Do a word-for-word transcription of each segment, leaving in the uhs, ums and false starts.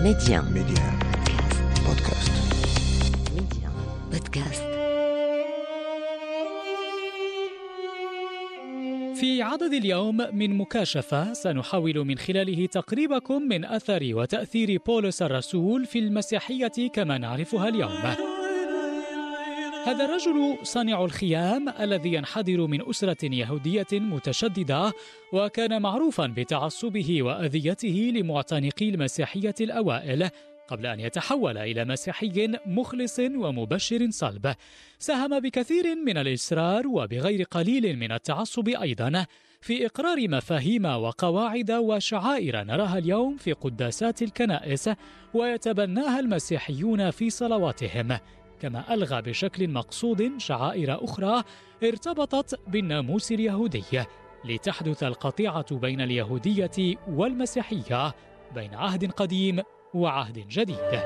Média. Média. Podcast. Média. Podcast. في عدد اليوم من مكاشفة سنحاول من خلاله تقريبكم من أثر وتأثير بولس الرسول في المسيحية كما نعرفها اليوم. هذا الرجل صانع الخيام الذي ينحدر من أسرة يهودية متشددة، وكان معروفا بتعصبه وأذيته لمعتنقي المسيحية الأوائل قبل أن يتحول إلى مسيحي مخلص ومبشر صلب. ساهم بكثير من الإصرار وبغير قليل من التعصب أيضا في إقرار مفاهيم وقواعد وشعائر نراها اليوم في قداسات الكنائس ويتبناها المسيحيون في صلواتهم، كما ألغى بشكل مقصود شعائر أخرى ارتبطت بالناموس اليهودي لتحدث القطيعة بين اليهودية والمسيحية، بين عهد قديم وعهد جديد.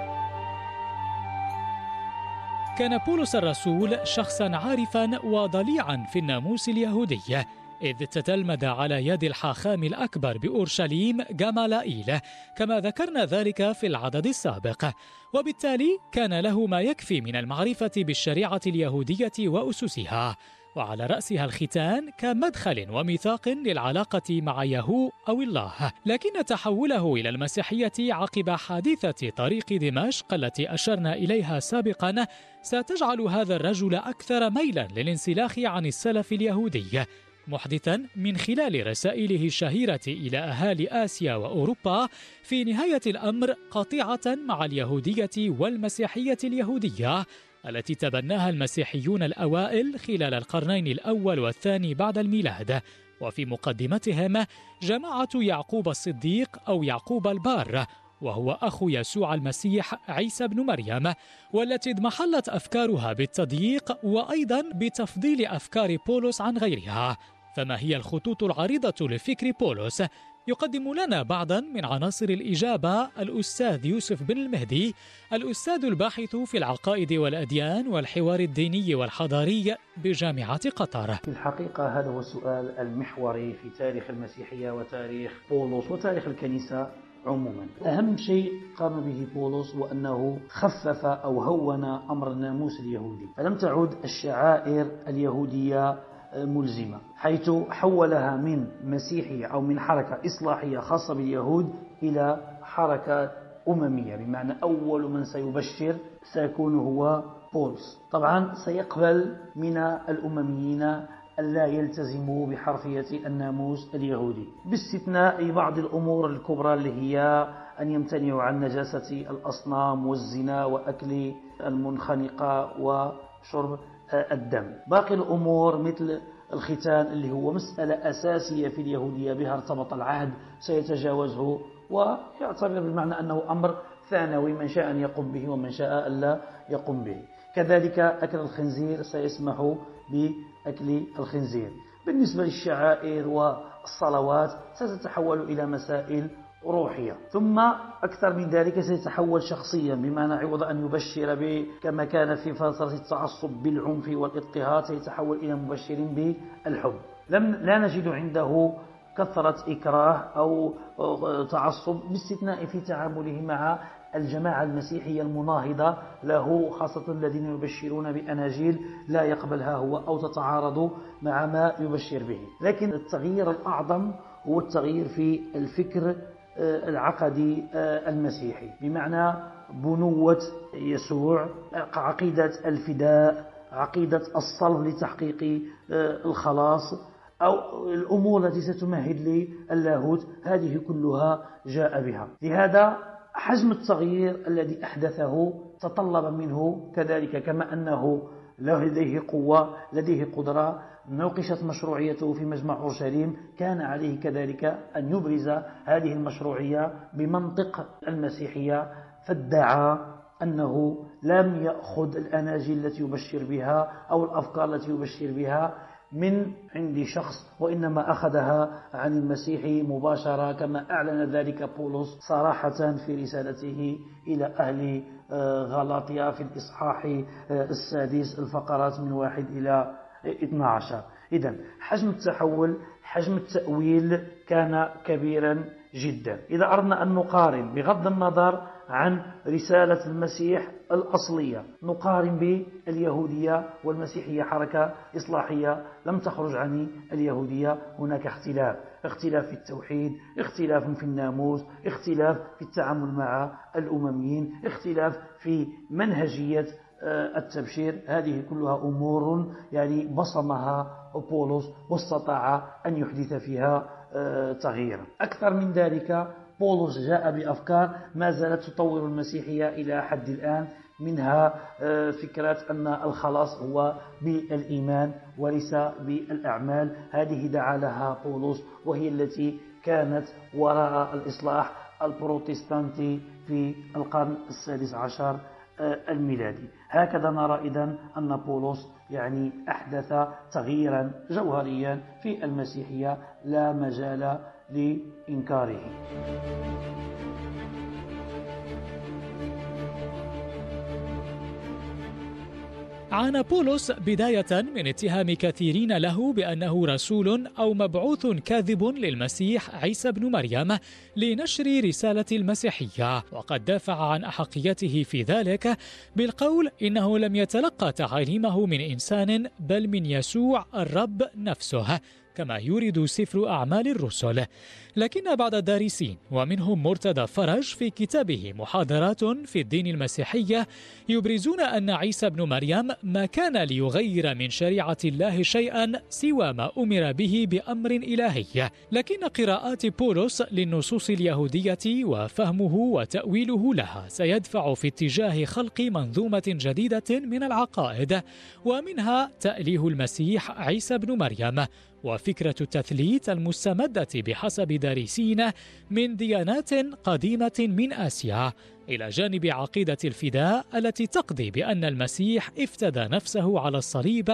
كان بولس الرسول شخصاً عارفاً وضليعاً في الناموس اليهودي، إذ تتلمذ على يد الحاخام الأكبر بأورشليم جمالائيل كما ذكرنا ذلك في العدد السابق، وبالتالي كان له ما يكفي من المعرفة بالشريعة اليهودية وأسسها، وعلى رأسها الختان كمدخل وميثاق للعلاقة مع يهوه أو الله. لكن تحوله إلى المسيحية عقب حادثة طريق دمشق التي أشرنا إليها سابقا ستجعل هذا الرجل أكثر ميلا للانسلاخ عن السلف اليهودي، محدثا من خلال رسائله الشهيرة إلى أهالي آسيا وأوروبا في نهاية الأمر قطيعة مع اليهودية والمسيحية اليهودية التي تبناها المسيحيون الأوائل خلال القرنين الأول والثاني بعد الميلاد، وفي مقدمتهم جماعة يعقوب الصديق أو يعقوب البار، وهو أخو يسوع المسيح عيسى بن مريم، والتي اضمحلت أفكارها بالتضييق وأيضا بتفضيل أفكار بولس عن غيرها. فما هي الخطوط العريضة لفكر بولس؟ يقدم لنا بعضا من عناصر الإجابة الأستاذ يوسف بن المهدي، الأستاذ الباحث في العقائد والأديان والحوار الديني والحضاري بجامعة قطر. في الحقيقة هذا هو السؤال المحوري في تاريخ المسيحية وتاريخ بولس وتاريخ الكنيسة عموما. أهم شيء قام به بولس هو أنه خفف أو هون أمر الناموس اليهودي، فلم تعد الشعائر اليهودية ملزمة، حيث حولها من مسيحية أو من حركة إصلاحية خاصة باليهود إلى حركة أممية، بمعنى أول من سيبشر سيكون هو بولس. طبعا سيقبل من الأمميين ألا يلتزموا بحرفية الناموس اليهودي، باستثناء بعض الأمور الكبرى اللي هي أن يمتنعوا عن نجاسة الأصنام والزنا وأكل المنخنقة وشرب الدم. باقي الأمور مثل الختان اللي هو مسألة أساسية في اليهودية بها ارتبط العهد سيتجاوزه ويعتبر بمعنى أنه أمر ثانوي، من شاء أن يقوم به ومن شاء ألا يقوم به. كذلك أكل الخنزير سيسمح بأكل الخنزير. بالنسبة للشعائر والصلوات ستتحول إلى مسائل روحية، ثم أكثر من ذلك سيتحول شخصيا، بمعنى عوض أن يبشر ب كما كان في فترة التعصب بالعنف والاضطهاد سيتحول إلى مبشر بالحب. لم لا نجد عنده كثرة إكراه أو تعصب، باستثناء في تعامله مع الجماعة المسيحية المناهضة له، خاصة الذين يبشرون بأناجيل لا يقبلها هو أو تتعارض مع ما يبشر به. لكن التغيير الأعظم هو التغيير في الفكر العقدي المسيحي، بمعنى بنوة يسوع، عقيدة الفداء، عقيدة الصلب لتحقيق الخلاص، أو الأمور التي ستمهد للاهوت، هذه كلها جاء بها. لهذا حجم التغيير الذي أحدثه تطلب منه كذلك، كما أنه لديه قوة لديه قدرة نوقشت مشروعيته في مجمع أورشليم، كان عليه كذلك أن يبرز هذه المشروعية بمنطق المسيحية، فادعى أنه لم يأخذ الأناجيل التي يبشر بها أو الأفكار التي يبشر بها من عند شخص، وإنما أخذها عن المسيح مباشرة، كما أعلن ذلك بولس صراحة في رسالته إلى أهل غلاطيا في الإصحاح السادس الفقرات من واحد إلى اثني عشر. إذن حجم التحول، حجم التأويل كان كبيرا جدا. إذا أردنا أن نقارن بغض النظر عن رسالة المسيح الأصلية، نقارن باليهودية والمسيحية، حركة إصلاحية لم تخرج عن اليهودية. هناك اختلاف اختلاف في التوحيد، اختلاف في الناموس، اختلاف في التعامل مع الأمميين، اختلاف في منهجية التبشير. هذه كلها أمور يعني بصمها بولس واستطاع أن يحدث فيها تغييرا. أكثر من ذلك، بولس جاء بأفكار ما زالت تطور المسيحية إلى حد الآن، منها فكرة أن الخلاص هو بالإيمان وليس بالأعمال. هذه دعا لها بولس، وهي التي كانت وراء الإصلاح البروتستانتي في القرن السادس عشر الميلادي. هكذا نرى إذن أن بولس يعني أحدث تغييرا جوهريا في المسيحية لا مجال لإنكاره. عانى بولس بداية من اتهام كثيرين له بأنه رسول أو مبعوث كاذب للمسيح عيسى بن مريم لنشر رسالة المسيحية، وقد دافع عن أحقيته في ذلك بالقول إنه لم يتلقى تعاليمه من إنسان بل من يسوع الرب نفسه، كما يورد سفر أعمال الرسل. لكن بعض الدارسين ومنهم مرتضى فرج في كتابه محاضرات في الدين المسيحي يبرزون أن عيسى بن مريم ما كان ليغير من شريعة الله شيئا سوى ما أمر به بأمر إلهي. لكن قراءات بولس للنصوص اليهودية وفهمه وتأويله لها سيدفع في اتجاه خلق منظومة جديدة من العقائد، ومنها تأليه المسيح عيسى بن مريم، وفكرة التثليث المستمدة بحسب دارسين من ديانات قديمة من آسيا، إلى جانب عقيدة الفداء التي تقضي بأن المسيح افتدى نفسه على الصليب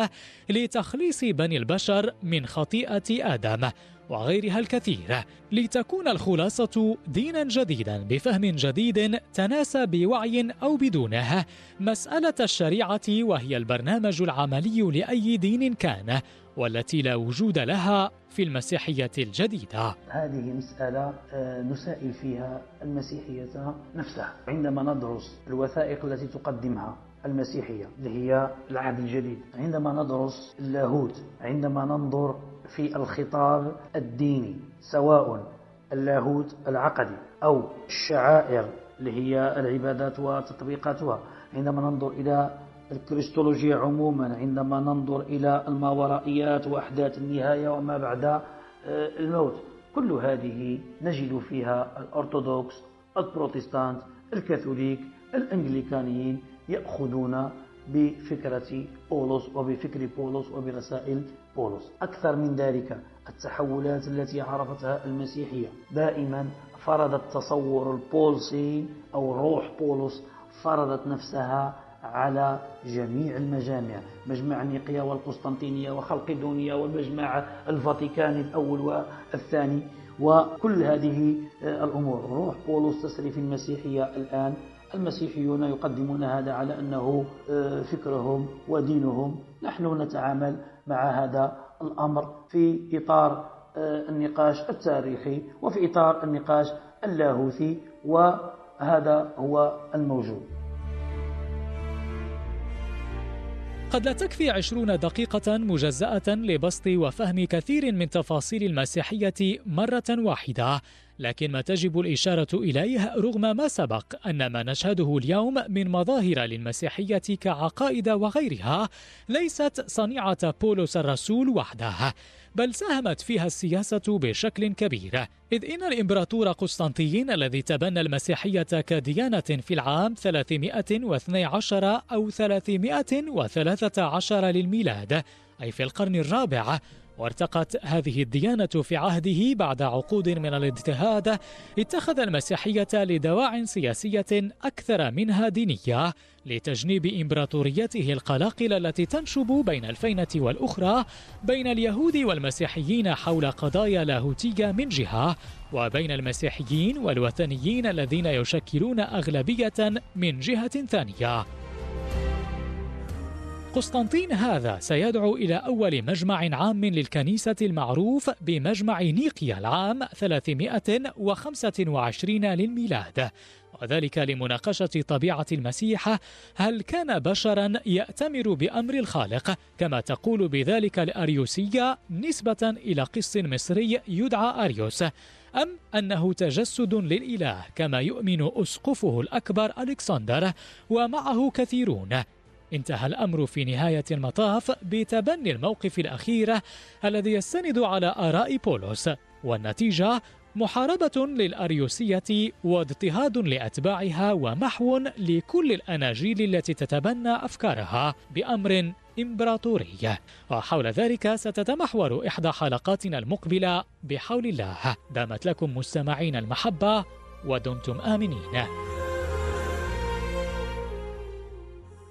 لتخليص بني البشر من خطيئة آدم، وغيرها الكثير، لتكون الخلاصة دينا جديدا بفهم جديد تناسى بوعي أو بدونه مسألة الشريعة، وهي البرنامج العملي لأي دين كان، والتي لا وجود لها في المسيحية الجديدة. هذه مسألة نسائل فيها المسيحية نفسها عندما ندرس الوثائق التي تقدمها المسيحية اللي هي العهد الجديد، عندما ندرس اللاهوت، عندما ننظر في الخطاب الديني سواء اللاهوت العقدي أو الشعائر اللي هي العبادات وتطبيقاتها، عندما ننظر إلى الكريستولوجيا عموما، عندما ننظر إلى الماورائيات وأحداث النهاية وما بعد الموت، كل هذه نجد فيها الأرثوذكس، البروتستانت، الكاثوليك، الأنجليكانيين يأخذون بفكرة بولس وبفكر بولس وبرسائل بولس. أكثر من ذلك، التحولات التي عرفتها المسيحية دائما فرضت التصور البولسي أو روح بولس، فرضت نفسها على جميع المجامع، مجمع نيقيا والقسطنطينية وخلقدونيا والمجمع الفاتيكاني الأول والثاني، وكل هذه الأمور روح بولس تسري في المسيحية الآن. المسيحيون يقدمون هذا على أنه فكرهم ودينهم. نحن نتعامل مع هذا الأمر في إطار النقاش التاريخي وفي إطار النقاش اللاهوثي، وهذا هو الموجود. قد لا تكفي عشرون دقيقة مجزأة لبسط وفهم كثير من تفاصيل المسيحية مرة واحدة، لكن ما تجب الإشارة إليه رغم ما سبق أن ما نشهده اليوم من مظاهر للمسيحية كعقائد وغيرها ليست صنيعة بولس الرسول وحدها، بل ساهمت فيها السياسة بشكل كبير، إذ إن الإمبراطور قسطنطين الذي تبنى المسيحية كديانة في العام ثلاثمائة واثني عشر أو ثلاثمائة وثلاثة عشر للميلاد، أي في القرن الرابع، وارتقت هذه الديانة في عهده بعد عقود من الاضطهاد، اتخذ المسيحية لدواع سياسية أكثر منها دينية لتجنيب إمبراطوريته القلاقل التي تنشب بين الفينة والأخرى، بين اليهود والمسيحيين حول قضايا لاهوتية من جهة، وبين المسيحيين والوثنيين الذين يشكلون أغلبية من جهة ثانية. قسطنطين هذا سيدعو إلى أول مجمع عام للكنيسة المعروف بمجمع نيقيا العام ثلاثمائة وخمسة وعشرين للميلاد، وذلك لمناقشة طبيعة المسيح، هل كان بشرا يأتمر بأمر الخالق كما تقول بذلك الأريوسية نسبة إلى قس مصري يدعى أريوس، أم أنه تجسد للإله كما يؤمن أسقفه الأكبر ألكسندر ومعه كثيرون. انتهى الأمر في نهاية المطاف بتبني الموقف الأخير الذي يستند على آراء بولس، والنتيجة محاربة للأريوسية واضطهاد لأتباعها ومحو لكل الأناجيل التي تتبنى أفكارها بأمر إمبراطوري. وحول ذلك ستتمحور إحدى حلقاتنا المقبلة بحول الله. دامت لكم مستمعين المحبة ودمتم آمنين.